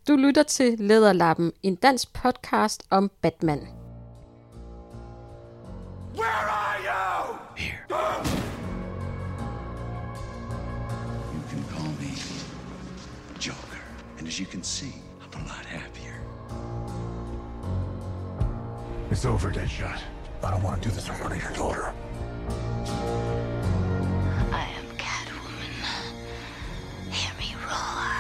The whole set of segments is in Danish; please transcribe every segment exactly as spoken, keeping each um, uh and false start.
Du lytter til Læderlappen, en dansk podcast om Batman. Where are you? Here. You can call me Joker. And as you can see, I'm a lot happier. It's over, Deadshot. I don't want to do this in front of your daughter. I am Catwoman. Hear me roar.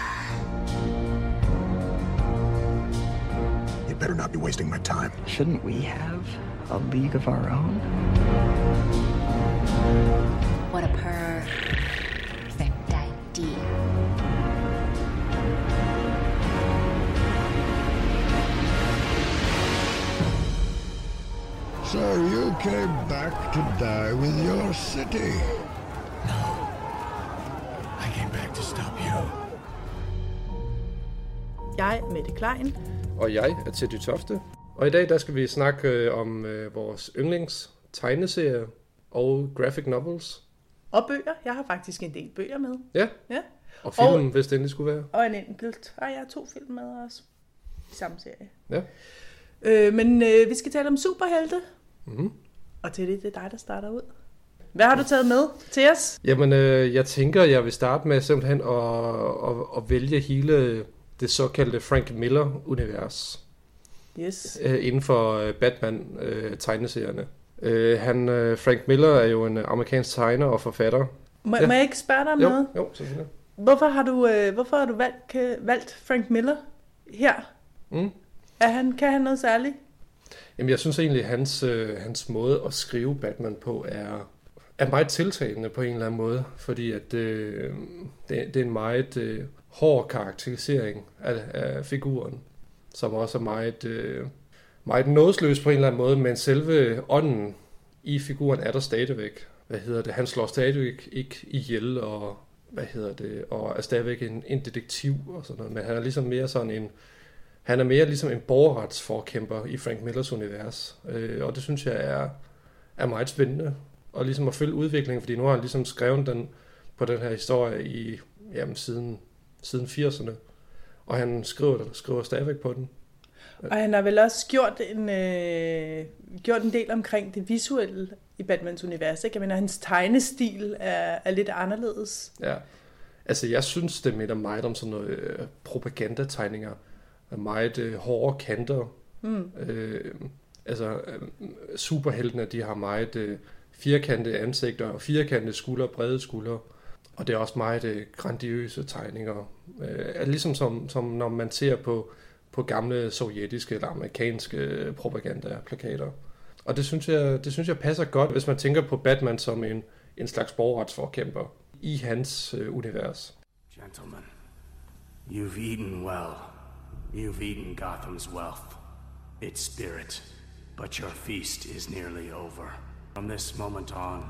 You better not be wasting my time. Shouldn't we have a league of our own? What a perfect idea. So you came back to die with your city? No. I came back to stop you. Jeg er Mette Klein. Og jeg er Teddy Tofte. Og i dag der skal vi snakke øh, om øh, vores yndlings tegneserier og graphic novels. Og bøger. Jeg har faktisk en del bøger med. Ja, Ja. og film, Og- hvis det endelig skulle være. Og en enkelt. Og jeg har to film med også. I samme serie. Ja. Øh, men øh, vi skal tale om superhelte. Mm-hmm. Og til det, det er dig, der starter ud. Hvad har du taget med til os? Jamen, øh, jeg tænker, jeg vil starte med simpelthen at, at, at vælge hele det såkaldte Frank Miller-univers Yes. øh, inden for øh, Batman-tegneserierne. Øh, han, øh, Frank Miller er jo en amerikansk tegner og forfatter. Må, Ja. må jeg ikke spørge dig om Jo, noget? jo, selvfølgelig. Hvorfor har du, øh, hvorfor har du valgt, øh, valgt Frank Miller her? Mm. Er han, kan han noget særligt? Jamen, jeg synes egentlig, at hans, øh, hans måde at skrive Batman på er, er meget tiltalende på en eller anden måde, fordi at, øh, det, det er en meget øh, hård karakterisering af, af figuren, som også er meget, øh, meget nådesløs på en eller anden måde, men selve ånden i figuren er der stadigvæk. Hvad hedder det? Han slår stadigvæk ikke ihjel, og hvad hedder det? Og er stadigvæk en, en detektiv og sådan noget, men han er ligesom mere sådan en Han er mere ligesom en borgerretsforkæmper i Frank Millers univers, øh, og det synes jeg er, er meget spændende, og ligesom at følge udviklingen, fordi nu har han ligesom skrevet den på den her historie i, jamen, siden, siden firserne, og han skriver, skriver stadigvæk på den. Og han har vel også gjort en, øh, gjort en del omkring det visuelle i Batmans univers, ikke? Jeg mener, hans tegnestil er, er lidt anderledes. Ja, altså jeg synes, det minder meget om sådan noget øh, propagandategninger, meget øh, hårde kanter. Mm. Øh, altså øh, superheltene, de har meget øh, firkantede ansigter og firkantede skuldre, brede skuldre, og det er også meget øh, grandiøse tegninger. Øh, ligesom som, som når man ser på, på gamle sovjetiske eller amerikanske propagandaplakater. Og det synes jeg, det synes jeg passer godt, hvis man tænker på Batman som en, en slags borgerretsforkæmper i hans øh, univers. Gentlemen, you've eaten well. You've eaten Gotham's wealth, its spirit, but your feast is nearly over. From this moment on,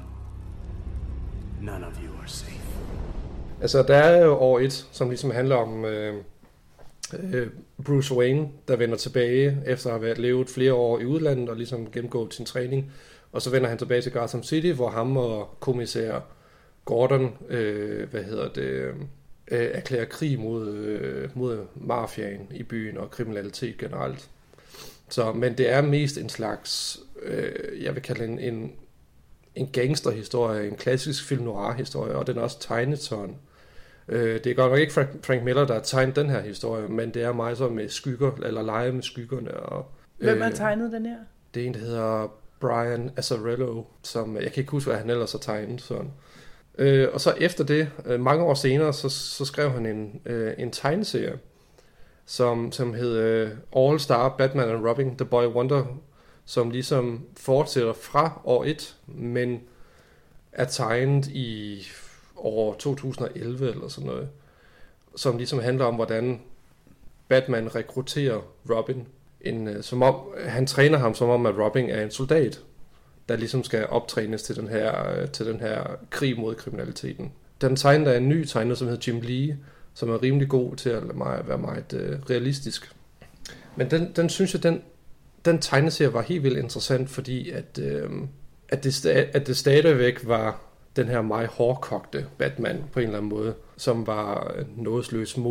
none of you are safe. Altså, der er jo år et, som ligesom handler om øh, øh, Bruce Wayne, der vender tilbage efter at have været levet flere år i udlandet og ligesom gennemgået sin træning. Og så vender han tilbage til Gotham City, hvor ham og kommissær Gordon, øh, hvad hedder det... Øh, erklærer krig mod, øh, mod mafiaen i byen og kriminalitet generelt. Så, men det er mest en slags, øh, jeg vil kalde en, en, en gangsterhistorie, en klassisk film noir-historie, og den er også tegnet sådan. Øh, det er godt nok ikke Frank, Frank Miller, der har tegnet den her historie, men det er meget så med skygger, eller lege med skyggerne. Og, øh, Hvem har tegnet den her? Det er en, der hedder Brian Azzarello, som jeg kan ikke huske, hvad han ellers har tegnet sådan. Øh, og så efter det, øh, mange år senere, så, så skrev han en, øh, en tegneserie, som, som hed øh, All Star Batman and Robin, The Boy Wonder, som ligesom fortsætter fra år et, men er tegnet i år to tusind og elleve eller sådan noget, som ligesom handler om, hvordan Batman rekrutterer Robin, en, øh, som om, han træner ham som om, at Robin er en soldat, der ligesom skal optrænes til den her, til den her krig mod kriminaliteten. Den tegner er en ny tegner, som hedder Jim Lee, som er rimelig god til at være meget øh, realistisk. Men den, den synes jeg, den, den tegneserie var helt vildt interessant, fordi at, øh, at, det, at det stadigvæk var den her meget hårdkogte Batman på en eller anden måde, som var nådesløs mod,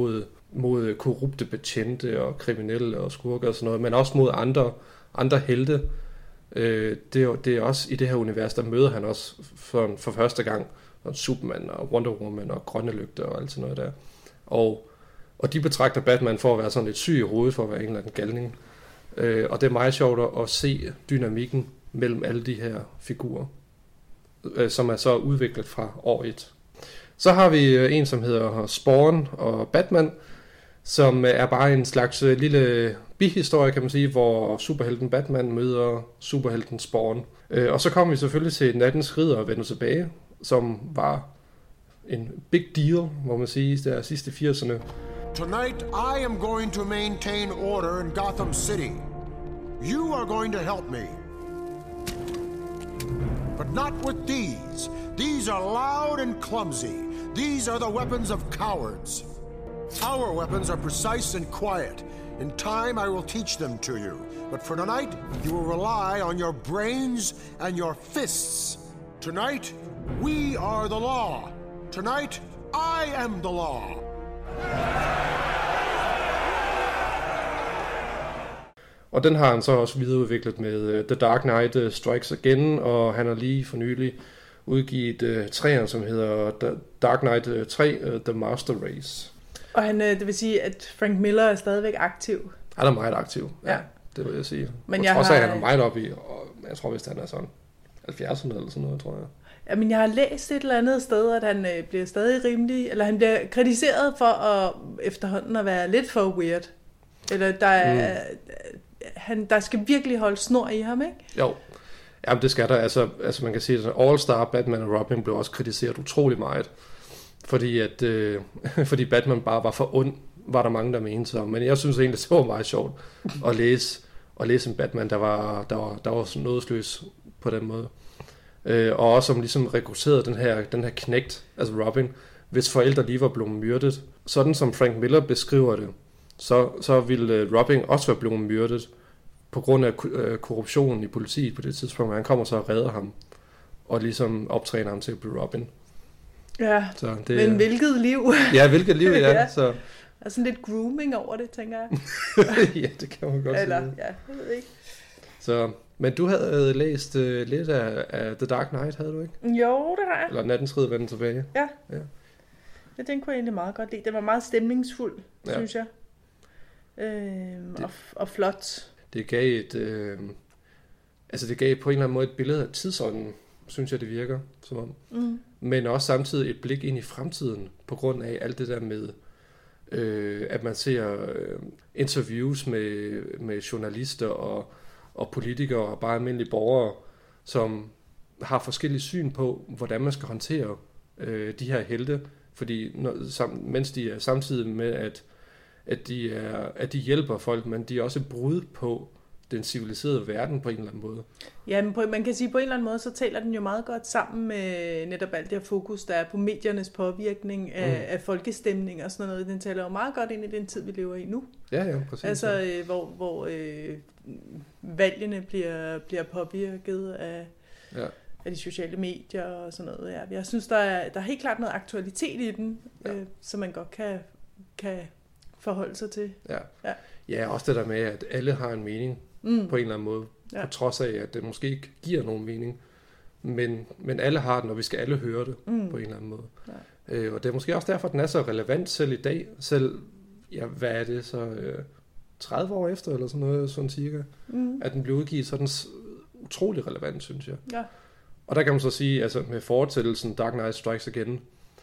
mod korrupte betjente og kriminelle og skurker og sådan noget, men også mod andre, andre helte. Øh, det, er, det er også i det her univers, der møder han også for, for første gang Superman og Wonder Woman og Grønne Lygter og alt sådan noget der. Og, og de betragter Batman for at være sådan lidt syg i hovedet, for at være en eller anden galning. Øh, og det er meget sjovt at se dynamikken mellem alle de her figurer, øh, som er så udviklet fra år et. Så har vi en, som hedder Spawn og Batman, som er bare en slags lille bihistorie, kan man sige, hvor superhelten Batman møder superhelten Spawn. Øh, og så kommer vi selvfølgelig til Nattens Ridder og vender tilbage, som var en big deal, må man sige, der sidste firserne. Tonight I am going to maintain order in Gotham City. You are going to help me. But not with these. These are loud and clumsy. These are the weapons of cowards. Our weapons are precise and quiet. In time, I will teach them to you. But for tonight, you will rely on your brains and your fists. Tonight, we are the law. Tonight, I am the law. Og den har han så også videreudviklet med uh, The Dark Knight uh, Strikes Again, og han har lige for nylig udgivet uh, træerne, som hedder The Dark Knight uh, tre, uh, The Master Race. Og han, det vil sige, at Frank Miller er stadigvæk aktiv. Han er meget aktiv, ja. ja det vil jeg sige. Men jeg trods af, har... han er meget oppe i, og jeg tror vist, han er sådan halvfjerdserne eller sådan noget, tror jeg. Ja, men jeg har læst et eller andet sted, at han øh, bliver stadig rimelig, eller han bliver kritiseret for at efterhånden at være lidt for weird. Eller der er, mm. han, der skal virkelig holde snor i ham, ikke? Jo. Jamen det skal der. Altså, altså man kan sige, at All-Star, Batman og Robin blev også kritiseret utrolig meget. Fordi, at, øh, fordi Batman bare var for ond, var der mange, der mente så. Men jeg synes egentlig, det var meget sjovt at læse, at læse en Batman, der var, der var, der var sådan nådesløs på den måde. Øh, og også som ligesom rekrutterede den her, den her knægt, altså Robin, hvis forældre lige var blevet myrdet. Sådan som Frank Miller beskriver det, så, så ville Robin også være blevet myrdet på grund af korruptionen i politiet på det tidspunkt. Han kommer så og redder ham, og ligesom optræner ham til at blive Robin. Ja, så det, men hvilket liv. Ja, hvilket liv, ja. ja. Så. Der er sådan lidt grooming over det, tænker jeg. Ja, det kan man godt Eller, sige. ja, jeg ved ikke. Så, men du havde læst uh, lidt af, af The Dark Knight, havde du ikke? Jo, det har jeg. Eller Nattens Ridder vender tilbage. Ja. ja. Ja, den kunne jeg egentlig meget godt lide. Den var meget stemningsfuld, ja. synes jeg. Øhm, det, og, og flot. Det gav et... Øh, altså det gav på en eller anden måde et billede af tidsånden, synes jeg, det virker som om. Mm. Men også samtidig et blik ind i fremtiden, på grund af alt det der med, øh, at man ser øh, interviews med, med journalister og, og politikere og bare almindelige borgere, som har forskellige syn på, hvordan man skal håndtere øh, de her helte, fordi når, sam, mens de er samtidig med, at, at, de er, at de hjælper folk, men de er også et brud på den civiliserede verden på en eller anden måde. Ja, men på, man kan sige, på en eller anden måde, så taler den jo meget godt sammen med netop alt det her fokus, der er på mediernes påvirkning af, mm. af folkestemning og sådan noget. Den taler jo meget godt ind i den tid, vi lever i nu. Ja, ja, præcis. Altså, øh, hvor, hvor øh, valgene bliver, bliver påvirket af, ja. af de sociale medier og sådan noget. Ja. Jeg synes, der er, der er helt klart noget aktualitet i den, ja. øh, som man godt kan, kan forholde sig til. Ja. Ja. Ja, også det der med, at alle har en mening mm. på en eller anden måde, ja. På trods af, at det måske ikke giver nogen mening, men, men alle har den, og vi skal alle høre det mm. på en eller anden måde. Ja. Øh, og det er måske også derfor, at den er så relevant selv i dag, selv, ja, hvad er det så, øh, tredive år efter, eller sådan noget, sådan cirka, mm. at den blev udgivet, så er den utrolig relevant, synes jeg. Ja. Og der kan man så sige, altså med fortællelsen Dark Knight Strikes Again,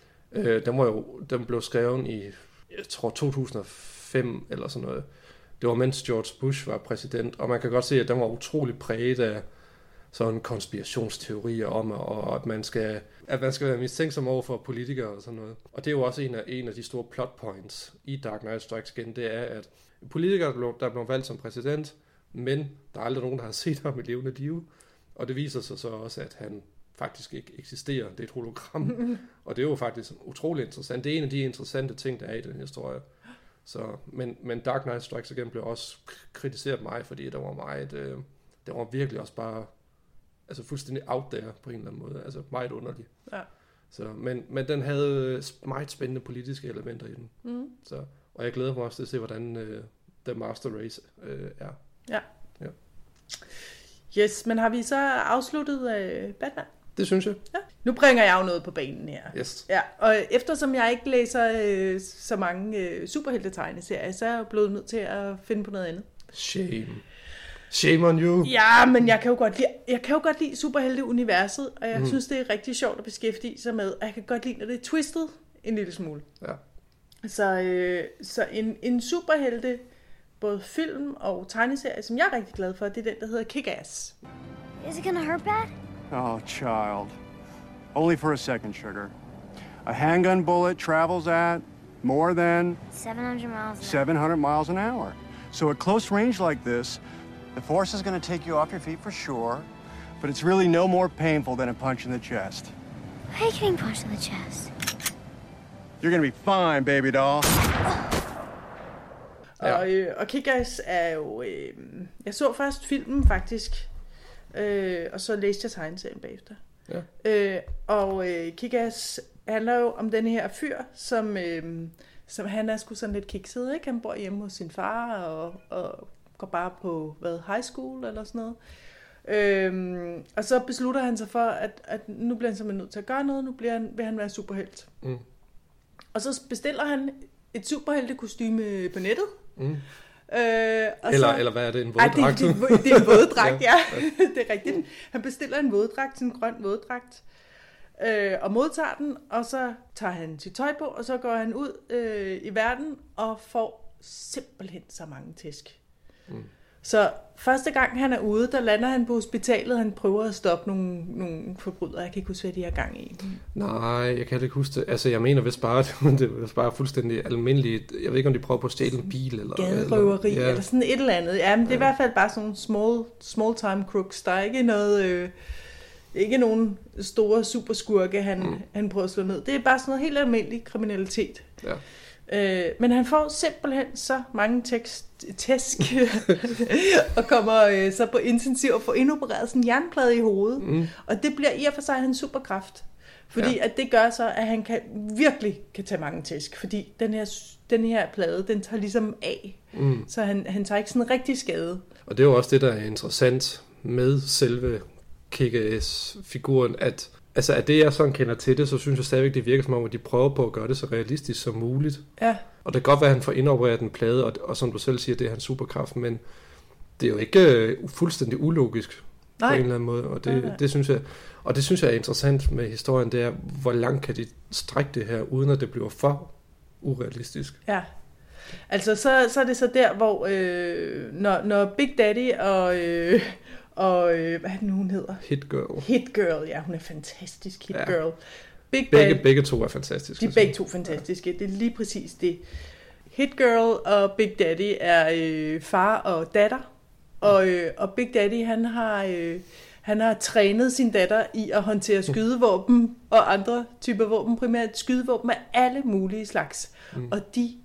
øh, den, var jo, den blev skrevet i, jeg tror, to tusind og fem, eller sådan noget. Det var mens George Bush var præsident, og man kan godt se, at den var utrolig præget af sådan konspirationsteorier om, og at man skal, at man skal være mistænksom over for politikere og sådan noget. Og det er jo også en af, en af de store plot points i Dark Knight Strikes Again, det er, at politikere, der er blevet valgt som præsident, men der er aldrig nogen, der har set ham i levende liv. Og det viser sig så også, at han faktisk ikke eksisterer. Det er et hologram. Og det er jo faktisk utrolig interessant. Det er en af de interessante ting, der er i den historie. Så, men, men Dark Knight Strikes Again blev også kritiseret mig, fordi der var meget, øh, det var virkelig også bare, altså fuldstændig out there på en eller anden måde, altså meget underlig. Ja. Så, men, men den havde meget spændende politiske elementer i den. Mm. Så, Og jeg glæder mig også til at se, hvordan øh, The Master Race øh, er. Ja. ja. Yes, men har vi så afsluttet øh, Batman? Det synes jeg. Ja. Nu bringer jeg jo noget på banen her. Yes. Ja, og eftersom jeg ikke læser øh, så mange øh, superhelte-tegneserier, så er jeg blevet nødt til at finde på noget andet. Shame. Shame on you. Ja, men jeg kan jo godt lide, jeg kan jo godt lide superhelte-universet, og jeg mm. synes, det er rigtig sjovt at beskæftige sig med, og jeg kan godt lide, når det er twistet en lille smule. Ja. Så, øh, så en, en superhelte, både film og tegneserie, som jeg er rigtig glad for, det er den, der hedder Kick-Ass. Is it gonna hurt bad? Oh, child. Only for a second, sugar. A handgun bullet travels at more than... seven hundred miles an hour. seven hundred miles an hour. So at close range like this, the force is going to take you off your feet for sure, but it's really no more painful than a punch in the chest. I hate getting punched in the chest. You're going to be fine, baby doll. Ja. Og, øh, og Kick-Ass er jo... Øh, jeg så først filmen, faktisk. Øh, og så læste jeg tegneserien bagefter. Ja. Øh, og øh, Kick-Ass handler jo om den her fyr, som, øh, som han er sgu sådan lidt kikset, ikke? Han bor hjemme hos sin far, og, og går bare på, hvad, high school eller sådan noget. Øh, og så beslutter han sig for, at, at nu bliver han simpelthen nødt til at gøre noget, nu bliver han, vil han være superhelt. Mm. Og så bestiller han et superheltekostyme på nettet. Mm. Øh, og eller, så, eller hvad er det, en våddragt? Ej, det, det, det er en våddragt, ja. Det er rigtigt. Han bestiller en våddragt, en grøn våddragt, øh, og modtager den, og så tager han sit tøj på, og så går han ud øh, i verden og får simpelthen så mange tæsk. Mm. Så første gang han er ude, der lander han på hospitalet, han prøver at stoppe nogle, nogle forbrydere. Jeg kan ikke huske, hvad de er gang i. Nej, jeg kan ikke huske det. Altså, jeg mener vist bare, det er bare fuldstændig almindeligt. Jeg ved ikke, om de prøver på at stjæle en bil. Eller gaderøveri, eller, ja. eller sådan et eller andet. Ja, men det er ja. i hvert fald bare sådan nogle small, small time crooks. Der er ikke noget... Øh, ikke nogen store superskurke, han, mm. han prøver at slå ned. Det er bare sådan noget helt almindelig kriminalitet. Ja. Øh, men han får simpelthen så mange tekst, tæsk og kommer øh, så på intensiv og får indopereret sådan en jernplade i hovedet. Mm. Og det bliver i og for sig hans superkraft. Fordi ja. at det gør så, at han kan virkelig kan tage mange tæsk. Fordi den her, den her plade, den tager ligesom af. Mm. Så han, han tager ikke sådan rigtig skade. Og det er jo også det, der er interessant med selve Kick-Ass-figuren, at altså, at det jeg sådan kender til det, så synes jeg stadigvæk, det virker som om, at de prøver på at gøre det så realistisk som muligt. Ja. Og det kan godt være, at han får indopereret den plade, og, og som du selv siger, det er hans superkraft, men det er jo ikke uh, fuldstændig ulogisk Nej. på en eller anden måde. Og det, nej, nej. det synes jeg, og det synes jeg er interessant med historien, det er, hvor langt kan de strække det her, uden at det bliver for urealistisk. Ja. Altså, så, så er det så der, hvor øh, når, når Big Daddy og... Øh, og øh, hvad er det nu, hun hedder? Hit Girl. Hit Girl, ja, hun er fantastisk, Hit ja. Girl. Big begge, begge to er fantastiske. De er begge to fantastiske, det er lige præcis det. Hit Girl og Big Daddy er øh, far og datter, og, øh, og Big Daddy, han har, øh, han har trænet sin datter i at håndtere skydevåben og andre typer våben, primært skydevåben af alle mulige slags. Mm. Og de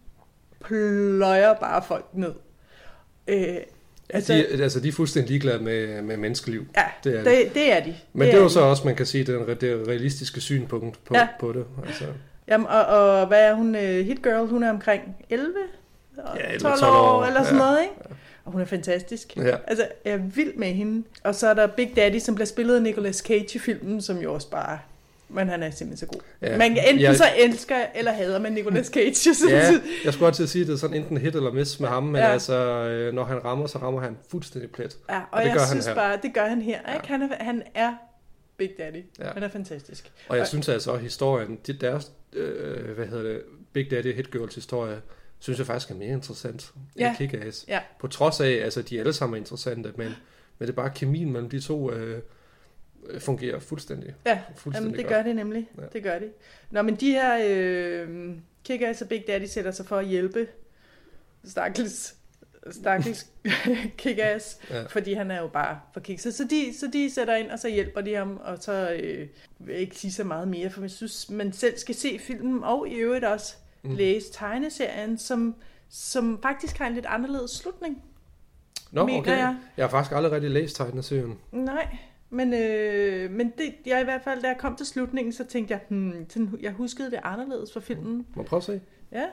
pløjer bare folk ned. Øh, Altså, de, altså, de er fuldstændig ligeglade med, med menneskeliv. Ja, det er, det, det er de. Men det, det er jo så også, man kan sige, det, det realistiske synspunkt på, ja. på det. Altså. Jamen, og, og hvad er hun? Hit Girl, hun er omkring elleve? Ja, tolv år, eller sådan ja. noget, ikke? Og hun er fantastisk. Ja. Altså, jeg er vild med hende. Og så er der Big Daddy, som bliver spillet af Nicolas Cage i filmen, som jo også bare... Men han er simpelthen så god. Ja. Man kan enten jeg... så elsker eller hader man Nicolas Cage. Ja, jeg skulle altid sige, at det er sådan enten hit eller miss med ham, men ja. altså, når han rammer, så rammer han fuldstændig plet. Ja, og, og det jeg gør synes han her. bare, det gør han her. Ja. Ikke? Han, er, han er Big Daddy. Ja. Han er fantastisk. Og jeg og... synes altså, at historien, deres, øh, hvad hedder det, Big Daddy Hit Girls historie, synes jeg faktisk er mere interessant ja. end Kick-Ass. Ja. På trods af, altså de alle sammen er interessante, men, men det er bare kemien mellem de to... Øh, fungerer fuldstændig. Ja, fuldstændig jamen, det godt. gør det nemlig. Ja. Det gør det. Nå, men de her øh, Kick-Ass og Big Daddy sætter sig for at hjælpe stakkels, stakkels Kick-Ass, ja. fordi han er jo bare for kikset. Så de, så de sætter ind, og så hjælper de ham, og så øh, vil jeg ikke sige så meget mere, for jeg synes, man selv skal se filmen, og i øvrigt også mm. læse tegneserien, som, som faktisk har en lidt anderledes slutning. Nå, okay. Jeg. jeg har faktisk aldrig rigtig læst tegneserien. Nej. Men, øh, men det, jeg i hvert fald, da jeg kom til slutningen, så tænkte jeg, hmm, sådan, jeg huskede det anderledes fra filmen. Må jeg prøve at se? Ja.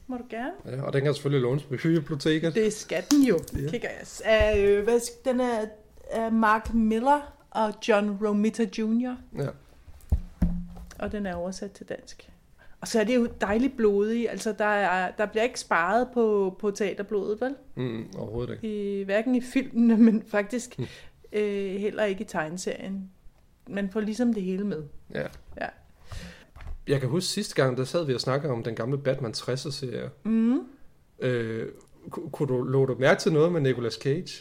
må du gerne. Ja, og den kan selvfølgelig lånes på biblioteket. Det skal den jo. Ja. Kigger jeg. Uh, hvad, den er uh, Mark Miller og John Romita junior Ja. Og den er oversat til dansk. Og så er det jo dejligt blodigt. Altså, der, er, der bliver ikke sparet på, på teaterblodet, vel? Mm, overhovedet ikke. I, hverken i filmene, men faktisk mm. øh, heller ikke i tegneserien. Man får ligesom det hele med. Ja. Ja. Jeg kan huske sidste gang, der sad vi og snakkede om den gamle Batman tresser-serie. Mm. Øh, kunne du lå du mærke til noget med Nicolas Cage?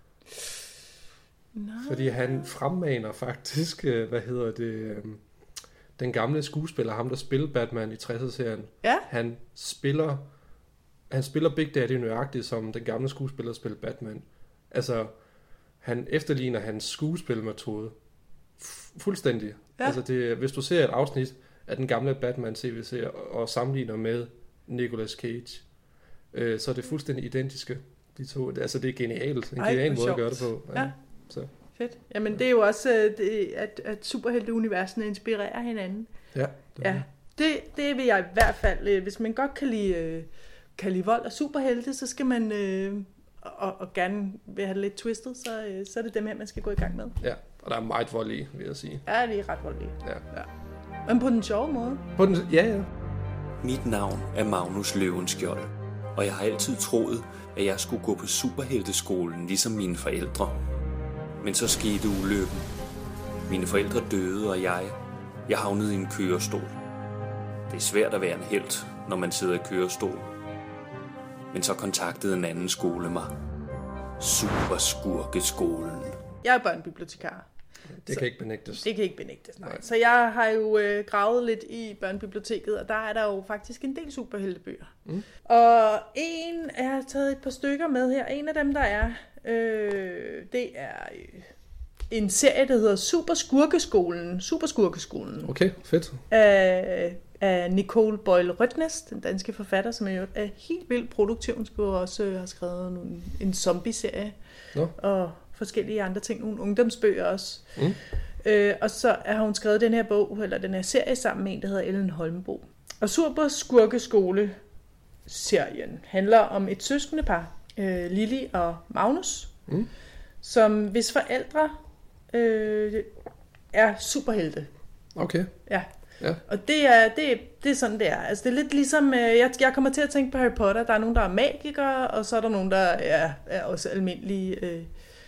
Nej. Fordi han fremmaner faktisk, hvad hedder det, den gamle skuespiller, ham der spiller Batman i tresser-serien. Ja. Han spiller, han spiller Big Daddy nøjagtigt, som den gamle skuespiller spiller Batman. Altså, han efterligner hans skuespilmetode fuldstændig. Ja. Altså, det, hvis du ser et afsnit af den gamle Batman tv-serie og sammenligner med Nicolas Cage, øh, så er det fuldstændig identiske, de to. Altså, det er genialt. En Ej, genial måde sjovt. at gøre det på. Ja. Ja. Så. Fedt. Jamen, det er jo også, det, at, at superhelteuniversene inspirerer hinanden. Ja. Det ja. Det, det vil jeg i hvert fald, hvis man godt kan lide, kan lide vold og superhelte, så skal man, øh, og, og gerne vil have det lidt twistet, så, så er det dem her, man skal gå i gang med. Ja, og der er meget vold i, vil jeg sige. Ja, det er ret voldeligt. Ja. Ja. Men på den sjove måde. På den, ja, ja. Mit navn er Magnus Løvenskjold, og jeg har altid troet, at jeg skulle gå på superhelteskolen, ligesom mine forældre. Men så skete ulykken. Mine forældre døde, og jeg, jeg havnede i en kørestol. Det er svært at være en helt, når man sidder i kørestol. Men så kontaktede en anden skole mig. Superskurkeskolen. Jeg er børnebibliotekar. Det så, kan ikke benægtes. Det kan ikke benægtes, nej. nej. Så jeg har jo øh, gravet lidt i børnebiblioteket, og der er der jo faktisk en del superheltebøger. Mm. Og en, jeg har taget et par stykker med her. En af dem, der er, øh, det er øh, en serie, der hedder Superskurkeskolen. Superskurkeskolen. Okay, fedt. Af, af Nicole Boyle Rødtnes, den danske forfatter, som er helt vildt produktiv. Hun skulle også øh, have skrevet nogle, en zombie-serie. Nå. Og forskellige andre ting, nogle ungdomsbøger også. Mm. Øh, og så har hun skrevet den her bog, eller den her serie sammen med en, der hedder Ellen Holmbo. Og Superskurkeskole-serien handler om et søskendepar, øh, Lily og Magnus, mm. som hvis forældre øh, er superhelte. Okay. Ja. Ja. Og det er, det, er, det er sådan, det er. Altså, det er lidt ligesom, øh, jeg, jeg kommer til at tænke på Harry Potter. Der er nogen, der er magikere, og så er der nogen, der er, er også almindelige øh,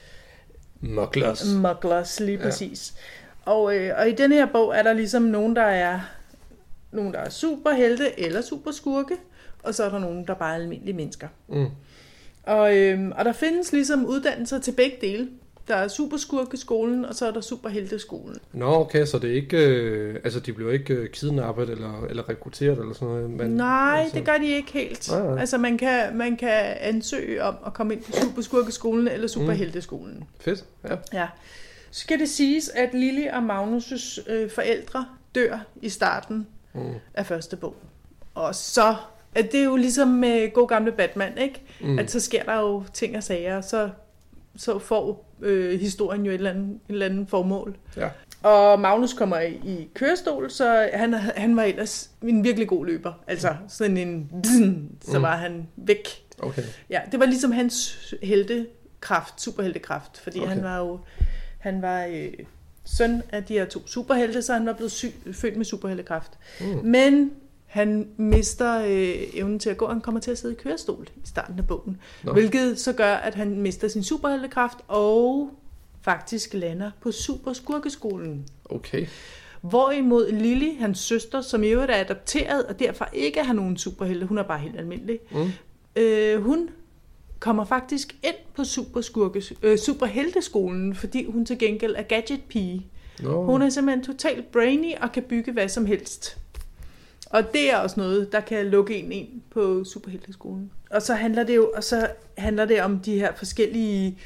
Mugglers. Mugglers, lige præcis. Ja. Og, øh, og i den her bog er der ligesom nogen, der er nogen, der er superhelte eller superskurke, og så er der nogen, der bare er almindelige mennesker. Mm. Og, øh, og der findes ligesom uddannelser til begge dele. Der er superskurkeskolen, og så er der superhelteskolen. Nå, okay, så det er ikke, øh, altså de bliver ikke øh, kidnappet eller, eller rekrutteret eller sådan noget? Men, nej, altså... det gør de ikke helt. Nej, nej. Altså man kan, man kan ansøge om at komme ind på superskurkeskolen eller superhelteskolen. Mm. Fedt, ja. Ja. Så skal det siges, at Lily og Magnus' øh, forældre dør i starten mm. af første bog. Og så at det er jo ligesom med god gamle Batman, ikke? Mm. At så sker der jo ting og sager, og så så får øh, historien jo et eller andet, et eller andet formål. Ja. Og Magnus kommer i, i kørestol, så han, han var ellers en virkelig god løber. Altså sådan en... Så var mm. han væk. Okay. Ja, det var ligesom hans heltekraft, superheltekraft. Fordi okay. han var jo... Han var øh, søn af de her to superhelte, så han var blevet syg, født med superheltekraft. Mm. Men... Han mister øh, evnen til at gå, og han kommer til at sidde i kørestol i starten af bogen. Nå. Hvilket så gør, at han mister sin superheltekraft og faktisk lander på superskurkeskolen. Okay. Hvorimod Lily, hans søster, som i øvrigt er adopteret og derfor ikke har nogen superhelte, hun er bare helt almindelig, mm. øh, hun kommer faktisk ind på superskurke, øh, superhelteskolen, fordi hun til gengæld er gadgetpige. No. Hun er simpelthen totalt brainy og kan bygge hvad som helst. Og det er også noget, der kan lukke en ind på superhelteskolen. Og så handler det jo, og så handler det om de her forskellige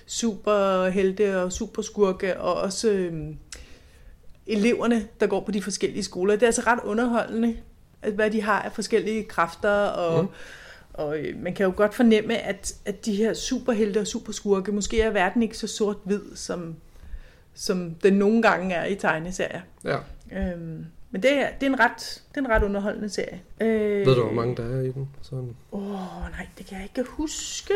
superhelte og superskurke, og også øhm, eleverne, der går på de forskellige skoler. Det er altså ret underholdende, at hvad de har af forskellige kræfter, og, mm. og øh, man kan jo godt fornemme, at, at de her superhelte og superskurke, måske er verden ikke så sort-hvid, som, som den nogle gange er i tegneserier. Ja. Øhm, Men det er, det er, en, ret, det er en ret underholdende serie. Øh, Ved du, hvor mange der er i den? Åh, oh, nej, det kan jeg ikke huske.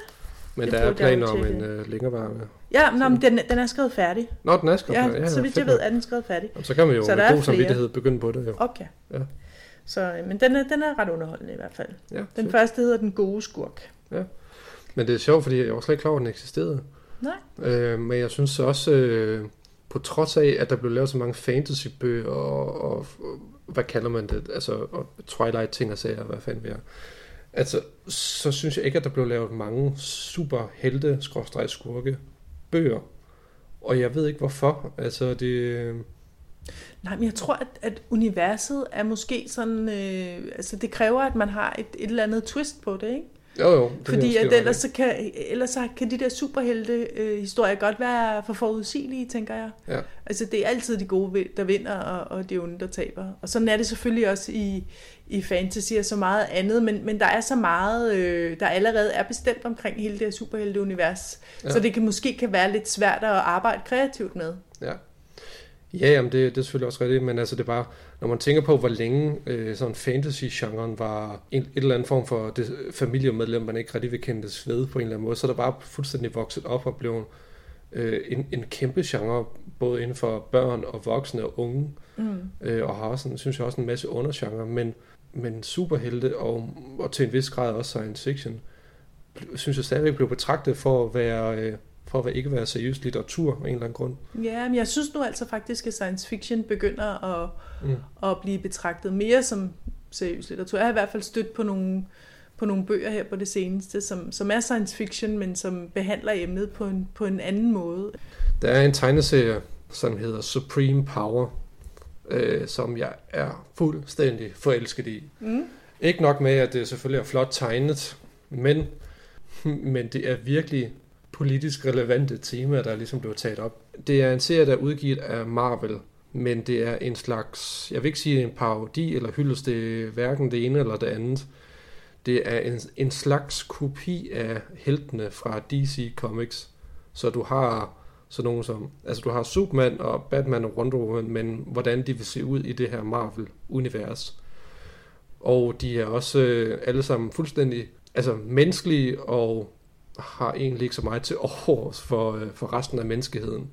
Men der er planer om en øh, længerevarende. Ja, nå, men den, den er skrevet færdig. Nå, den er skrevet færdig. Ja, Ja, så vidt jeg ved, er den skrevet færdig. Jamen, så kan man jo så med god samvittighed begynde på det. Jo. Okay. Ja. Så, men den er, den er ret underholdende i hvert fald. Ja, den fedt. første hedder Den gode skurk. Ja. Men det er sjovt, fordi jeg var slet ikke klar over, at den eksisterede. Nej. Øh, men jeg synes også, øh, på trods af, at der blev lavet så mange fantasybøger og, og, og hvad kalder man det, altså og Twilight-ting og sager, hvad fanden vi er. Altså, så synes jeg ikke, at der blev lavet mange super helte skurke bøger. Og jeg ved ikke hvorfor. Altså, det... Nej, men jeg tror, at, at universet er måske sådan... Øh, altså, det kræver, at man har et, et eller andet twist på det, ikke? Jo, jo. Fordi at ellers, så kan, ellers så kan de der superhelte-historier øh, godt være for forudsigelige, tænker jeg. Ja. Altså, det er altid de gode, der vinder, og, og de onde, der taber. Og sådan er det selvfølgelig også i, i fantasy og så meget andet, men, men der er så meget, øh, der allerede er bestemt omkring hele det her superhelte-univers, ja. Så det kan måske kan være lidt svært at arbejde kreativt med. Ja. Ja, jamen det, det er selvfølgelig også rigtigt, men altså det er bare, når man tænker på, hvor længe øh, sådan fantasy-genren var en, et eller andet form for det familiemedlem, man ikke rigtig vil kendes ved på en eller anden måde, så er der bare fuldstændig vokset op og blevet øh, en, en kæmpe genre, både inden for børn og voksne og unge, mm. øh, og har også, synes jeg, også en masse undergenre, men, men superhelte og, og til en vis grad også science fiction, synes jeg stadigvæk blev betragtet for at være... Øh, for at ikke være seriøs litteratur af en eller anden grund. Ja, men jeg synes nu altså faktisk, at science fiction begynder at, mm. at blive betragtet mere som seriøs litteratur. Jeg har i hvert fald stødt på nogle, på nogle bøger her på det seneste, som, som er science fiction, men som behandler emnet på en, på en anden måde. Der er en tegneserie, som hedder Supreme Power, øh, som jeg er fuldstændig forelsket i. Mm. Ikke nok med, at det selvfølgelig er flot tegnet, men, men det er virkelig politisk relevante temaer, der ligesom blev taget op. Det er en serie, der er udgivet af Marvel, men det er en slags, jeg vil ikke sige en parodi eller hyldest, det er hverken det ene eller det andet. Det er en, en slags kopi af heltene fra D C Comics. Så du har sådan nogle som, altså du har Superman og Batman og Wonder Woman, men hvordan de vil se ud i det her Marvel-univers. Og de er også øh, alle sammen fuldstændig altså menneskelige og har egentlig ikke så meget til overs for, for resten af menneskeheden.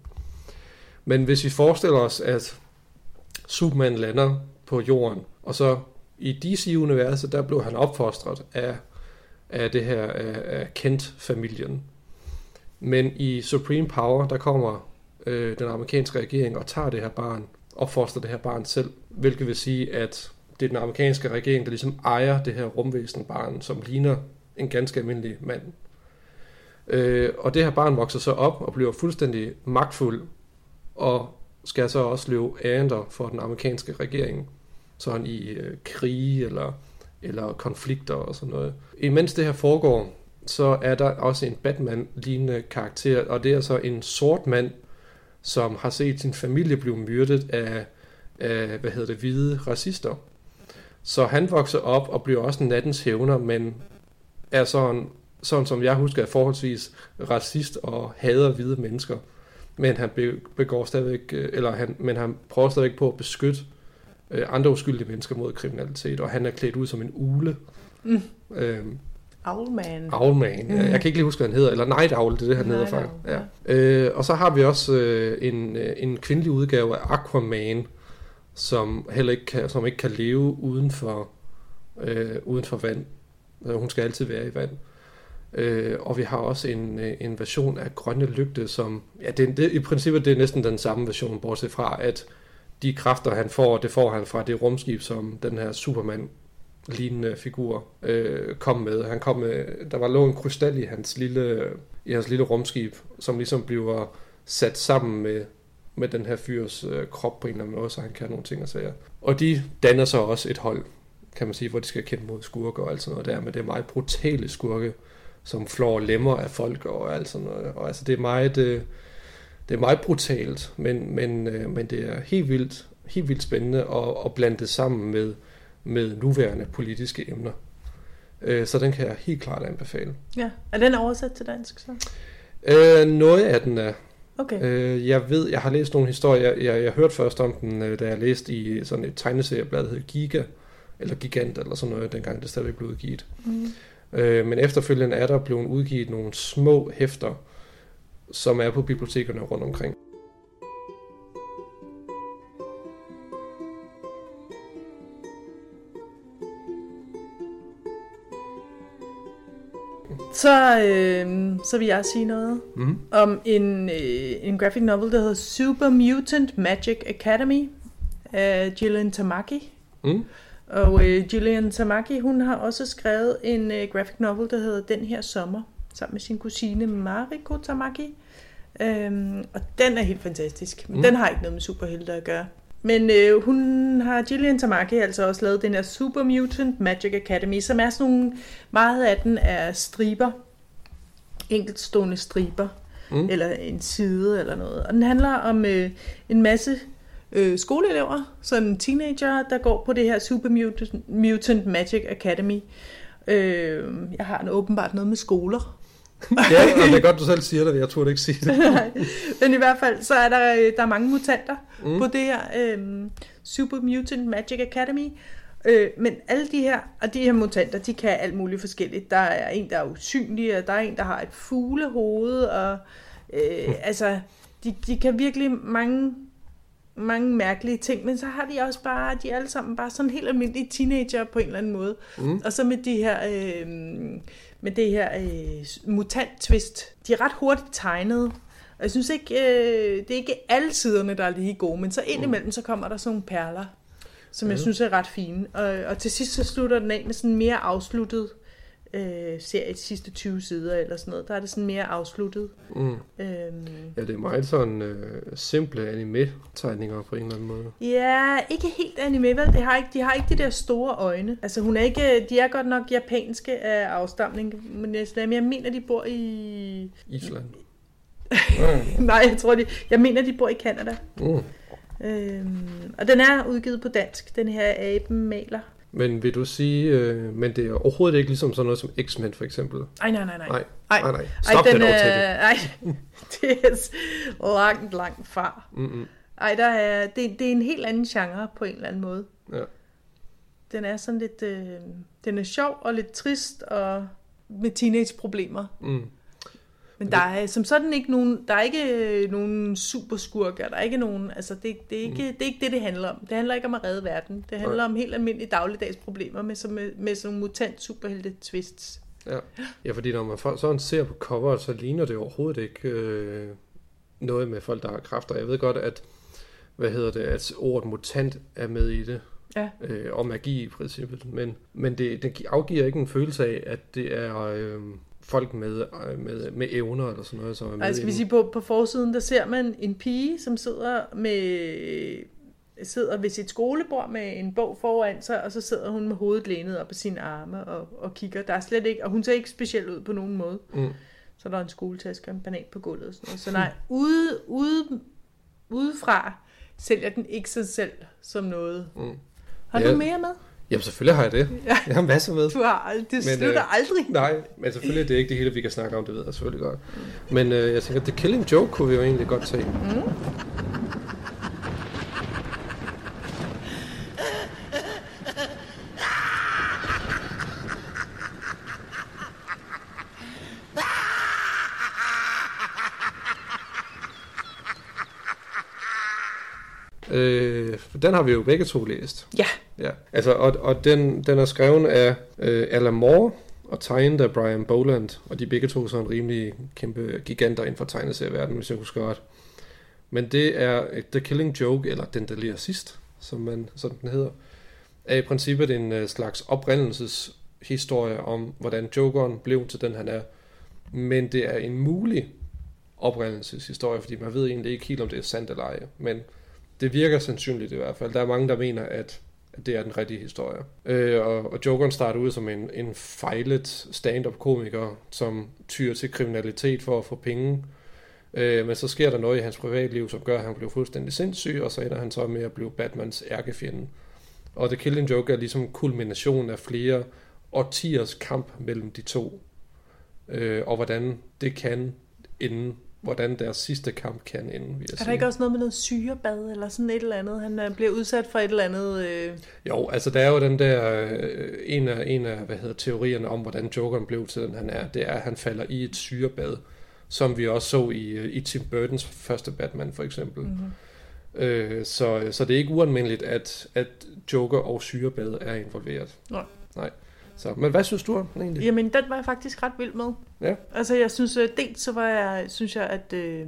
Men hvis vi forestiller os, at Superman lander på jorden, og så i D C-universet, der blev han opfostret af, af det her af, af Kent-familien. Men i Supreme Power, der kommer øh, den amerikanske regering og tager det her barn, opfostrer det her barn selv, hvilket vil sige, at det er den amerikanske regering, der ligesom ejer det her rumvæsenbarn, som ligner en ganske almindelig mand. Øh, og det her barn vokser så op og bliver fuldstændig magtfuld og skal så også løbe ærender for den amerikanske regering, sådan i øh, krige eller, eller konflikter og sådan noget. Imens det her foregår, så er der også en Batman-lignende karakter, og det er så en sort mand, som har set sin familie blive myrdet af, af hvad hedder det, hvide racister. Så han vokser op og bliver også nattens hævner, men er sådan sådan som jeg husker, er forholdsvis racist og hader hvide mennesker. Men han begår stadigvæk, eller han, men han prøver stadigvæk på at beskytte øh, andre uskyldige mennesker mod kriminalitet, og han er klædt ud som en ugle. Mm. Øhm, Owlman. Owlman, ja. Jeg kan ikke lige huske, hvad han hedder, eller Night Owl, det er det, han hedder faktisk. Ja. Ja. Øh, og så har vi også øh, en, en kvindelig udgave af Aquaman, som heller ikke kan, som ikke kan leve uden for, øh, uden for vand. Hun skal altid være i vand. Øh, og vi har også en, en version af Grønne Lygte, som ja, det, det, i princippet det er næsten den samme version, bortset fra, at de kræfter, han får, det får han fra det rumskib, som den her Superman-lignende figur øh, kom med. Han kom med. Der var lå en krystal i hans lille, i hans lille rumskib, som ligesom bliver sat sammen med, med den her fyrs øh, krop på en eller anden måde, så han kan nogle ting og sager. Og de danner så også et hold, kan man sige, hvor de skal kæmpe mod skurke og alt sådan noget der, men det er meget brutale skurke, som flår lemmer af folk og alt sådan noget. Og altså det er meget, det, det er meget brutalt, men, men, men det er helt vildt, helt vildt spændende at, at blande det sammen med, med nuværende politiske emner. Så den kan jeg helt klart anbefale. Ja, er den oversat til dansk så? Øh, noget af den er. Okay. Øh, jeg ved, jeg har læst nogle historier, jeg, jeg, jeg hørte først om den, øh, da jeg læste i sådan et tegneserieblad, der hed Giga, eller Gigant, eller sådan noget, dengang det stadig blev udgivet. Mm. Øh, men efterfølgende er der blevet udgivet nogle små hæfter, som er på bibliotekerne rundt omkring. Så, øh, så vil jeg sige noget mm. om en, øh, en graphic novel, der hedder Super Mutant Magic Academy af Gillian Tamaki. Mm. Og øh, Gillian Tamaki, hun har også skrevet en øh, graphic novel, der hedder Den her sommer, sammen med sin kusine Mariko Tamaki. Øhm, og den er helt fantastisk. Men mm. den har ikke noget med superhelte at gøre. Men øh, hun har, Gillian Tamaki, altså også lavet den her Super Mutant Magic Academy, som er sådan nogle, meget af den er striber, enkeltstående striber, mm. eller en side eller noget. Og den handler om øh, en masse øh, skoleelever, sådan teenager, der går på det her Super Mutant, Mutant Magic Academy. Øh, jeg har en åbenbart noget med skoler. Ja, og det er godt, du selv siger det, jeg tror det ikke sige det. Nej, men i hvert fald, så er der, der er mange mutanter mm. på det her øh, Super Mutant Magic Academy. Øh, men alle de her, og de her mutanter, de kan alt muligt forskelligt. Der er en, der er usynlig, og der er en, der har et fuglehoved, og øh, altså, de, de kan virkelig mange, mange mærkelige ting, men så har de også bare, de er alle sammen bare sådan helt almindelige teenager på en eller anden måde. Mm. Og så med de her... Øh, med det her øh, mutant-twist. De er ret hurtigt tegnet. Og jeg synes ikke, øh, det er ikke alle siderne, der er lige gode, men så indimellem, så kommer der sådan nogle perler, som ja. jeg synes er ret fine. Og, og til sidst, så slutter den af med sådan mere afsluttet øh, serie, de sidste tyve sider eller sådan noget. Der er det sådan mere afsluttet. Mm. Øhm. Ja, det er meget sådan øh, simple anime-tegninger på en eller anden måde. Ja, ikke helt anime, vel? De har ikke, de har ikke de der store øjne. Altså, hun er ikke, de er godt nok japanske af afstamning, men jeg, jeg mener, de bor i... Island. Nej, jeg tror, de, jeg mener, de bor i Canada. Mm. Øhm, og den er udgivet på dansk, den her Aben-maler. Men vil du sige, øh, men det er overhovedet ikke ligesom sådan noget som X-Men for eksempel? Ej, nej, nej, nej. Nej, nej, nej. nej. Stop ej, den det overtale. Nej, det er langt, langt far. Mm-hmm. Ej, der er, det, det er en helt anden genre på en eller anden måde. Ja. Den er sådan lidt, øh, den er sjov og lidt trist og med teenage-problemer. Mm. Men der er som sådan ikke nogen, der er ikke nogen superskurker, der er ikke nogen, altså det, det, er ikke, mm. det er ikke det, det handler om. Det handler ikke om at redde verden. Det handler Nej. om helt almindelige dagligdags problemer med, med, med sådan nogle mutant superhelte twists. Ja. ja, fordi når man sådan ser på coveret, så ligner det overhovedet ikke øh, noget med folk, der har kræfter. Jeg ved godt, at, hvad hedder det, at ordet mutant er med i det. Ja. Øh, og magi i princippet. Men, men det, det afgiver ikke en følelse af, at det er... Øh, folk med, med, med evner eller sådan noget, som er med. Ej, skal vi sige, på, på forsiden, der ser man en pige, som sidder med sidder ved sit skolebord med en bog foran sig, og så sidder hun med hovedet lænet op på sine arme og, og kigger. Der er slet ikke, og hun ser ikke specielt ud på nogen måde. Mm. Så der er en skoletaske og en banan på gulvet og sådan noget. Så nej, ude, ude, udefra sælger den ikke sig selv som noget. Mm. Har ja. du mere med? Jamen selvfølgelig har jeg det. Ja. Jeg har masser med. Du har, det men, slutter øh, aldrig. Nej, men selvfølgelig det er ikke det hele, vi kan snakke om, det ved jeg selvfølgelig godt. Mm. Men øh, jeg tænker, The Killing Joke kunne vi jo egentlig godt tage. Mm. Øh, den har vi jo begge to læst. Ja. Ja. Altså, og, og den, den er skrevet af øh, Alan Moore og tegnet af Brian Boland, og de begge to er sådan rimelig kæmpe giganter inden for tegneserieverdenen, hvis jeg husker godt. Men det er The Killing Joke, eller Den der ler sidst, som, man, som den hedder, er i princippet en øh, slags oprindelseshistorie om, hvordan Jokeren blev til den, han er. Men det er en mulig oprindelseshistorie, fordi man ved egentlig ikke helt, om det er sandt eller ej, men det virker sandsynligt i hvert fald. Der er mange, der mener, at, at det er den rigtige historie. Øh, og, og Jokeren starter ud som en, en fejlet stand-up-komiker, som tyrer til kriminalitet for at få penge. Øh, men så sker der noget i hans privatliv, som gør, at han bliver fuldstændig sindssyg, og så ender han så med at blive Batmans ærkefjende. Og The Killing Joke er ligesom kulminationen af flere årtiers kamp mellem de to. Øh, og hvordan det kan ende hvordan deres sidste kamp kan ende, vil jeg Er sige. der ikke også noget med noget syrebad, eller sådan et eller andet? Han øh, bliver udsat for et eller andet... Øh... Jo, altså der er jo den der, øh, en af, en af hvad hedder, teorierne om, hvordan Jokeren blev til den han er, det er, at han falder i et syrebad, som vi også så i, i Tim Burtons første Batman for eksempel. Mm-hmm. Øh, så, så det er ikke ualmindeligt, at, at Joker og syrebad er involveret. Nej. Nej. Så, men hvad synes du om den egentlig? Jamen, den var jeg faktisk ret vild med. Ja. Altså, jeg synes, dels så var jeg, synes jeg, at, øh,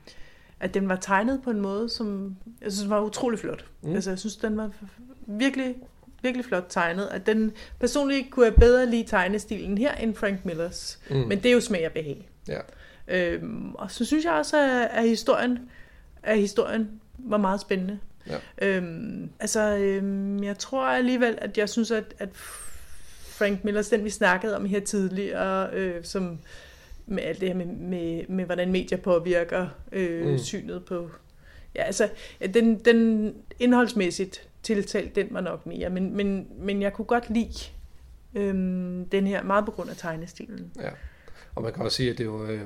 at den var tegnet på en måde, som jeg synes var utrolig flot. Mm. Altså, jeg synes, den var virkelig, virkelig flot tegnet. At den personligt kunne jeg bedre lide tegnestilen her, end Frank Millers. Mm. Men det er jo smag og behag. Ja. Øhm, og så synes jeg også, at, at, historien, at historien var meget spændende. Ja. Øhm, altså, øhm, jeg tror alligevel, at jeg synes, at, at Frank Millers, den vi snakkede om her tidligere, øh, som med alt det her med, med, med hvordan medier påvirker øh, mm. synet på... Ja, altså, ja, den, den indholdsmæssigt tiltalt, den var nok mere, men, men, men jeg kunne godt lide øh, den her, meget på grund af tegnestilen. Ja, og man kan også sige, at det er jo... Øh,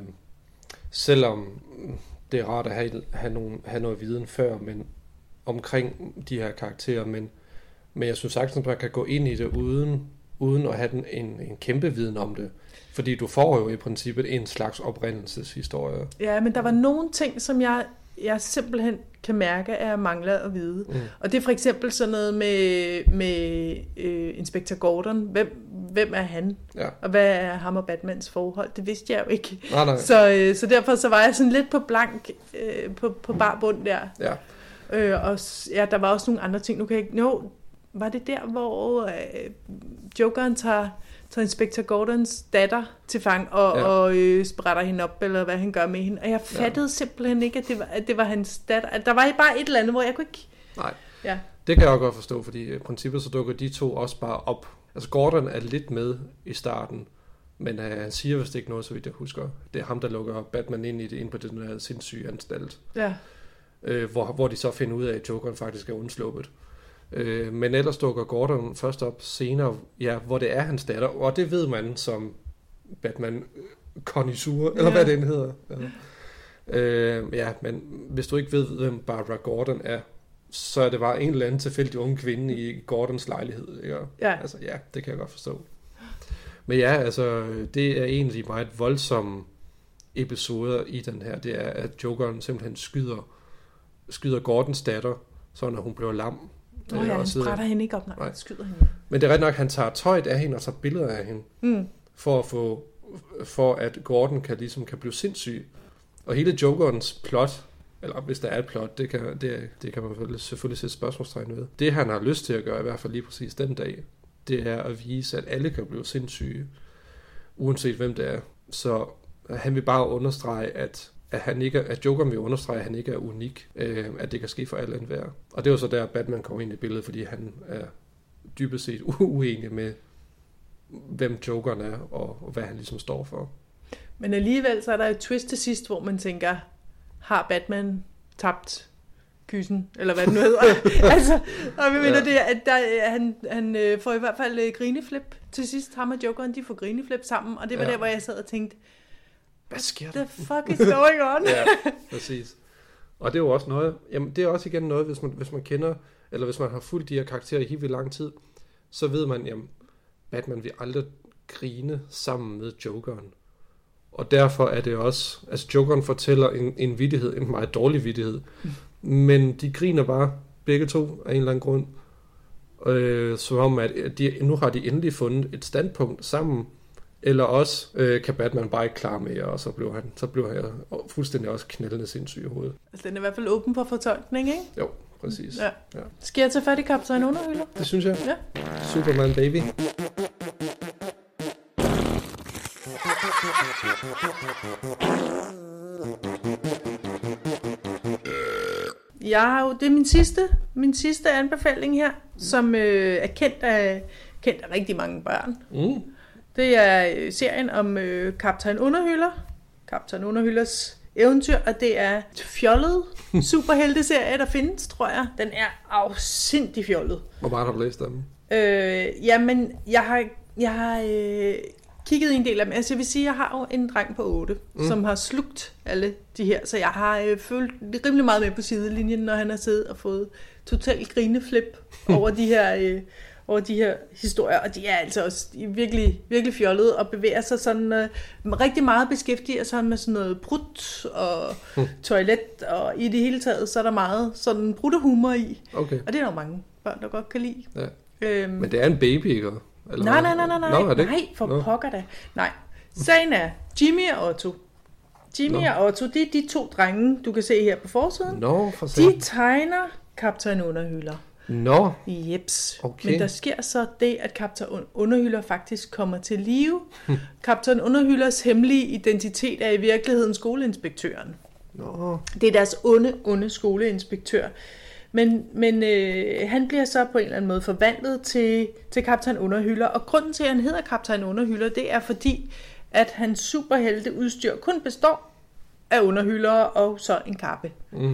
selvom det er rart at have, have, nogle, have noget viden før, men omkring de her karakterer, men, men jeg synes sagtens, at man kan gå ind i det uden... uden at have den, en, en kæmpe viden om det. Fordi du får jo i princippet en slags oprindelseshistorie. Ja, men der var nogle ting, som jeg, jeg simpelthen kan mærke, at jeg mangler at vide. Mm. Og det er for eksempel sådan noget med, med øh, Inspektor Gordon. Hvem, hvem er han? Ja. Og hvad er ham og Batmans forhold? Det vidste jeg jo ikke. Nej, nej. Så, øh, så derfor så var jeg sådan lidt på blank, øh, på, på bar bund der. Ja. Øh, og ja, der var også nogle andre ting. Nu kan jeg ikke... No, var det der, hvor øh, Jokeren tager, tager Inspektor Gordons datter til fang og, ja. og øh, sprætter hende op, eller hvad han gør med hende. Og jeg fattede ja. simpelthen ikke, at det, var, at det var hans datter. At der var bare et eller andet, hvor jeg kunne ikke... Nej, ja. Det kan jeg også godt forstå, fordi i princippet så dukker de to også bare op. Altså Gordon er lidt med i starten, men øh, han siger vist ikke noget, så vidt jeg husker. Det er ham, der lukker Batman ind i det, ind på den her sindssyge anstalt. Ja. Øh, hvor, hvor de så finder ud af, at Jokeren faktisk er undsluppet. Øh, men ellers dukker Gordon først op senere, ja, hvor det er hans datter, og det ved man som Batman-connoisseur, eller ja. hvad det hedder. Ja. Øh, ja, men hvis du ikke ved, hvem Barbara Gordon er, så er det bare en eller anden tilfældig unge kvinde i Gordons lejlighed. Ikke? Ja. Altså, ja, det kan jeg godt forstå. Men ja, altså, det er egentlig meget voldsomme episoder i den her. Det er, at Jokeren simpelthen skyder, skyder Gordons datter, så når hun bliver lam. Åh oh, ja, han brætter hende ikke op, nej, nej. Skyder hende. Men det er ret nok, at han tager tøjet af hende og tager billeder af hende, mm. for at få, for at Gordon kan, ligesom, kan blive sindssyg. Og hele Jokerens plot, eller hvis der er et plot, det kan, det, det kan man selvfølgelig sætte spørgsmålstegn ved. Det han har lyst til at gøre, i hvert fald lige præcis den dag, det er at vise, at alle kan blive sindssyge, uanset hvem det er. Så han vil bare understrege, at at, han ikke er, at Jokeren vil understrege, at han ikke er unik, øh, at det kan ske for alle enhver. Og det er jo så der, Batman kommer ind i billedet, fordi han er dybest set uenig med, hvem Jokeren er, og, og hvad han ligesom står for. Men alligevel så er der et twist til sidst, hvor man tænker, har Batman tabt kyssen, eller hvad det nu hedder. altså, og vi mener ja. det, at der, han, han får i hvert fald grineflip til sidst. Ham og Jokeren, de får grineflip sammen, og det var ja. der, hvor jeg sad og tænkte, hvad sker der? The fuck is going on? ja, præcis. Og det er jo også noget, jamen det er også igen noget, hvis man, hvis man kender, eller hvis man har fulgt de her karakterer i helt vildt lang tid, så ved man, jamen, Batman vil aldrig grine sammen med Jokeren. Og derfor er det også, altså Jokeren fortæller en, en vittighed, en meget dårlig vittighed, mm. men de griner bare begge to af en eller anden grund. Øh, som om, at de, nu har de endelig fundet et standpunkt sammen, eller også øh, kan Batman bare ikke klare mere, og så blev han, så blev han fuldstændig også knældende sindssyg i hovedet. Altså den er i hvert fald åben for fortolkning, ikke? Jo, præcis. Ja. Ja. Skal jeg tage fat i Kaptajn Underhylder? Det synes jeg. Ja. Superman baby. Jeg har jo, det er min sidste, min sidste anbefaling her, som øh, er kendt af, kendt af rigtig mange børn. Mm. Det er serien om øh, Kaptajn Underhylder, Kaptajn Underhylders eventyr, og det er fjollet superhelteserie, der findes, tror jeg. Den er afsindig fjollet. Hvor meget har du læst dem? Øh, jamen, jeg har, jeg har øh, kigget i en del af dem. Altså jeg vil sige, jeg har jo en dreng på otte, mm. som har slugt alle de her, så jeg har øh, følt rimelig meget med på sidelinjen, når han har siddet og fået totalt grineflip over de her... Øh, over de her historier, og de er altså også de er virkelig, virkelig fjollede og bevæger sig sådan øh, rigtig meget beskæftiget sig med sådan noget prut og mm. toilet, og i det hele taget, så er der meget sådan bruttehumor i. Okay. Og det er der jo mange børn, der godt kan lide. Ja. Øhm, Men det er en baby, ikke? Eller nej, nej, nej, nej, nej, Nå, nej, for Nå. pokker da. Nej, sagen er Jimmy og Otto. Jimmy Nå. og Otto, det er de to drenge, du kan se her på forsiden. Nå, for de tegner Kaptajn Underhylder. Nå. Jeps. Okay. Men der sker så det, at Kaptajn Underhylder faktisk kommer til live. Kaptajn Underhylders hemmelige identitet er i virkeligheden skoleinspektøren. Nå. Det er deres onde, onde skoleinspektør. Men, men øh, han bliver så på en eller anden måde forvandlet til, til Kaptajn Underhylder. Og grunden til, at han hedder Kaptajn Underhylder, det er fordi, at hans superhelteudstyr kun består af underhylder og så en kappe. Mm.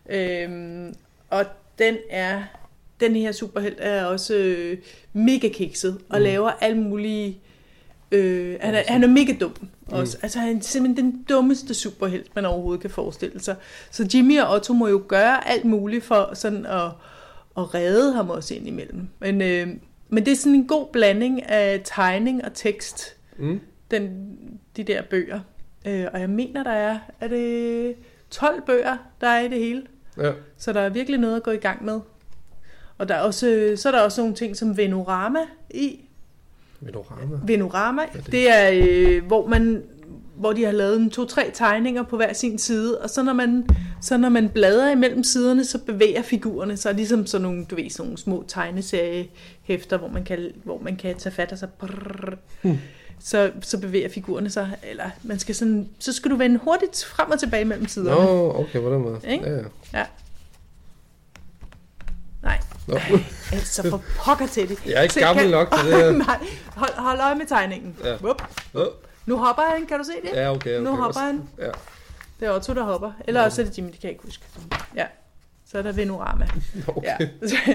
Øhm, og den er... Den her superhelt er også øh, mega kikset og mm. laver alle mulige... Øh, han, er, han er mega dum også. Mm. Altså han er simpelthen den dummeste superhelt, man overhovedet kan forestille sig. Så Jimmy og Otto må jo gøre alt muligt for sådan at, at redde ham også ind imellem. Men, øh, men det er sådan en god blanding af tegning og tekst, mm. den, de der bøger. Øh, og jeg mener, der er, er det tolv bøger, der er i det hele. Ja. Så der er virkelig noget at gå i gang med. Og der er også, så er der også nogle ting som Venorama i. Venorama? Venorama, det? det er, øh, hvor, man, hvor de har lavet en to-tre tegninger på hver sin side, og så når man, så når man bladrer imellem siderne, så bevæger figurerne sig, ligesom sådan nogle, du ved, sådan nogle små tegneseriehæfter, hvor man kan, hvor man kan tage fat og så brrr, hmm. så, så bevæger figurerne sig, eller man skal sådan, så skal du vende hurtigt frem og tilbage mellem siderne. Nå, okay, hvordan måde. Ja, ja. ja. Nej, no. altså for pokker til det. Jeg er ikke gammel kan... nok til det. Nej, hold, hold øje med tegningen. Ja. Uh. Nu hopper han, kan du se det? Ja, okay. okay. Nu hopper han. Ja. Det er Otto, der hopper. Eller ja. også er det Jimmy, det kan jeg ikke huske. Ja, så er der Venorama. Okay. Ja.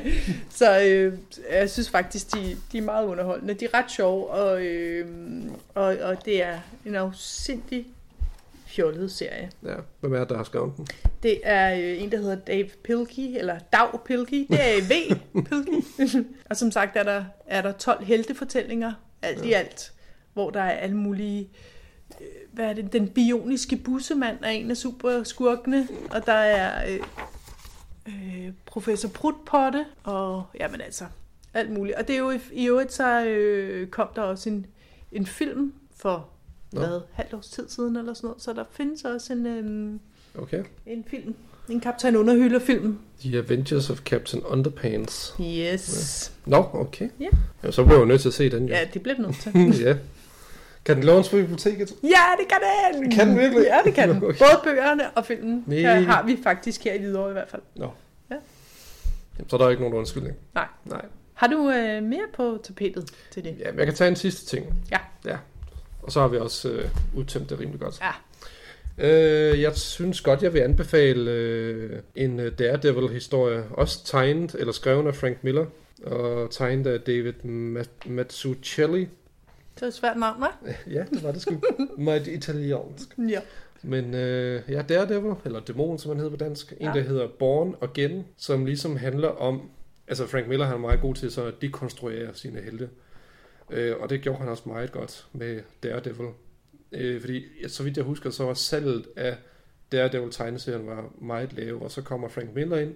Så øh, jeg synes faktisk, de, de er meget underholdende. De er ret sjove, og, øh, og, og det er en afsindig fjollet serie. Ja, hvem er det, der har skrevet den? Det er øh, en, der hedder Dave Pilkey, eller Dag Pilkey. Det er V. Pilkey. Og som sagt er der, er der tolv heltefortællinger, alt ja. i alt, hvor der er alle mulige... Øh, hvad er det? Den bioniske bussemand er en af superskurkene, og der er øh, øh, professor Prutpotte, og jamen altså, alt muligt. Og det er jo i, i øvrigt, så øh, kom der også en, en film for... hvad, halvt års tid siden eller sådan noget. Så der findes også en, øhm, okay. en film. En Kaptajn Underhylder-film. The Adventures of Captain Underpants. Yes. Nå, no, okay. Ja. Ja, så bliver jeg jo nødt til at se den, jo. Ja, det bliver nødt til. Ja. Kan den lånes på biblioteket? Ja, det kan den! Kan den virkelig? Ja, det kan den. Okay. Både bøgerne og filmen Nej. kan, har vi faktisk her i Hvidovre i hvert fald. Nå. Ja. Jamen, så er der ikke nogen undskyldning. Nej. Nej. Har du øh, mere på tapetet til det? Ja, men jeg kan tage en sidste ting. Ja. Ja. Og så har vi også øh, udtømt det rimelig godt. Ja. Øh, jeg synes godt, jeg vil anbefale øh, en uh, Daredevil-historie. Også tegnet eller skrevet af Frank Miller. Og tegnet af David Mazzucchelli. Det er et svært navn, hva'? Ja, det var det sgu. Meget italiensk. Ja. Men øh, ja, Daredevil, eller Dæmon, som han hedder på dansk. En, ja. der hedder Born Again, som ligesom handler om... Altså, Frank Miller han er meget god til så at dekonstruere sine helte. Øh, og det gjorde han også meget godt med Daredevil. Øh, fordi, så vidt jeg husker, så var salget af Daredevil-tegneserien var meget lav, og så kommer Frank Miller ind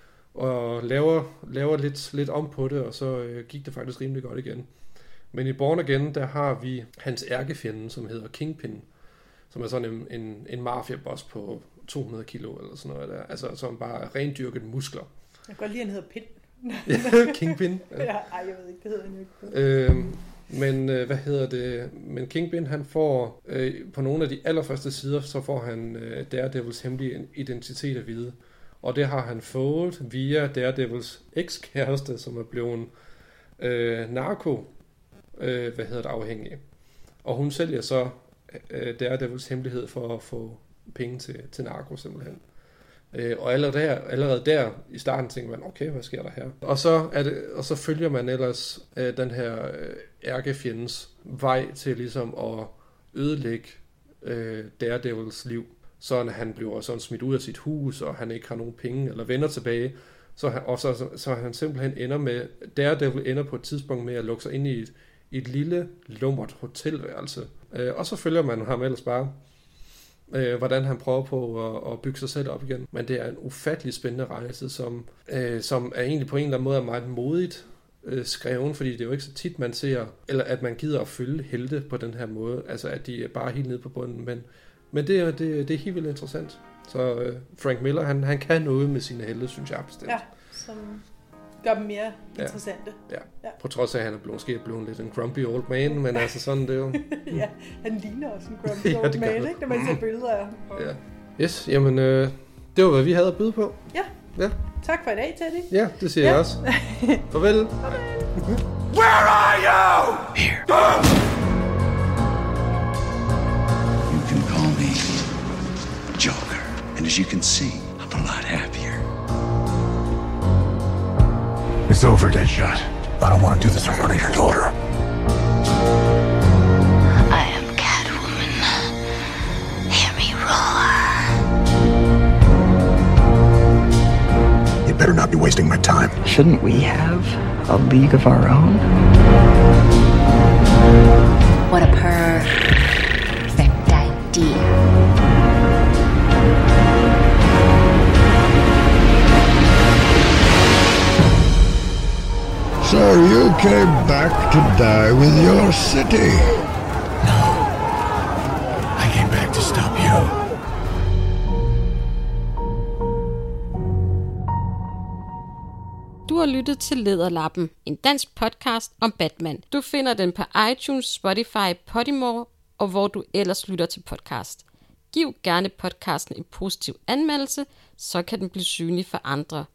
og laver, laver lidt, lidt om på det, og så øh, gik det faktisk rimelig godt igen. Men i Born Again, der har vi hans ærkefjende, som hedder Kingpin, som er sådan en, en, en mafia-boss på to hundrede kilo eller sådan noget der. Altså, som bare rendyrket muskler. Jeg kan godt lide, at han hedder Pind. Ja, Kingpin. Ja. Ja, ej, jeg ved ikke, det hedder han jo ikke. Øhm, men øh, hvad hedder det? Men Kingpin, han får øh, på nogle af de allerførste sider, så får han øh, Daredevils hemmelige identitet at vide. Og det har han fået via Daredevils ekskæreste, som er blevet øh, narko, øh, hvad hedder det, afhængig. Og hun sælger så øh, Daredevils hemmelighed for at få penge til, til narko simpelthen. Øh, og allerede der, allerede der i starten tænker man, okay, hvad sker der her? Og så, er det, og så følger man ellers øh, den her øh, ærkefjendens vej til ligesom at ødelægge øh, Daredevils liv. Så han bliver sådan smidt ud af sit hus, og han ikke har nogen penge, eller vender tilbage. Så han, og så, så, så han simpelthen ender med, Daredevil ender på et tidspunkt med at lukke sig ind i et, i et lille, lummert hotelværelse. Øh, og så følger man ham ellers bare, øh, hvordan han prøver på at, at bygge sig selv op igen. Men det er en ufattelig spændende rejse, som, øh, som er egentlig på en eller anden måde meget modigt øh, skreven, fordi det er jo ikke så tit, man ser, eller at man gider at følge helte på den her måde, altså at de er bare helt nede på bunden, men, men det, er, det, det er helt vildt interessant. Så øh, Frank Miller, han, han kan noget med sine helte, synes jeg bestemt. Ja, som gør dem mere interessante. Ja, ja. På trods af, at han er blevet, måske blevet lidt en grumpy old man, men altså sådan det er jo... Ja, han ligner også en grumpy ja, old man, ikke? Når man ser billeder af ham. Ja. Yes, jamen øh, det var, hvad vi havde at byde på. Ja. Ja. Tak for i dag, Teddy. Ja, det siger ja. jeg også. Farvel. Farvel. Where are you? Here. You can call me Joker. And as you can see, I'm a lot happier. It's over, Deadshot. I don't want to do this in front of your daughter. I am Catwoman. Hear me roar. You better not be wasting my time. Shouldn't we have a league of our own? What a perfect idea. So you came back to die with your city? No. I came back to stop you. Du har lyttet til Læderlappen, en dansk podcast om Batman. Du finder den på iTunes, Spotify, Podimo og hvor du ellers lytter til podcast. Giv gerne podcasten en positiv anmeldelse, så kan den blive synlig for andre.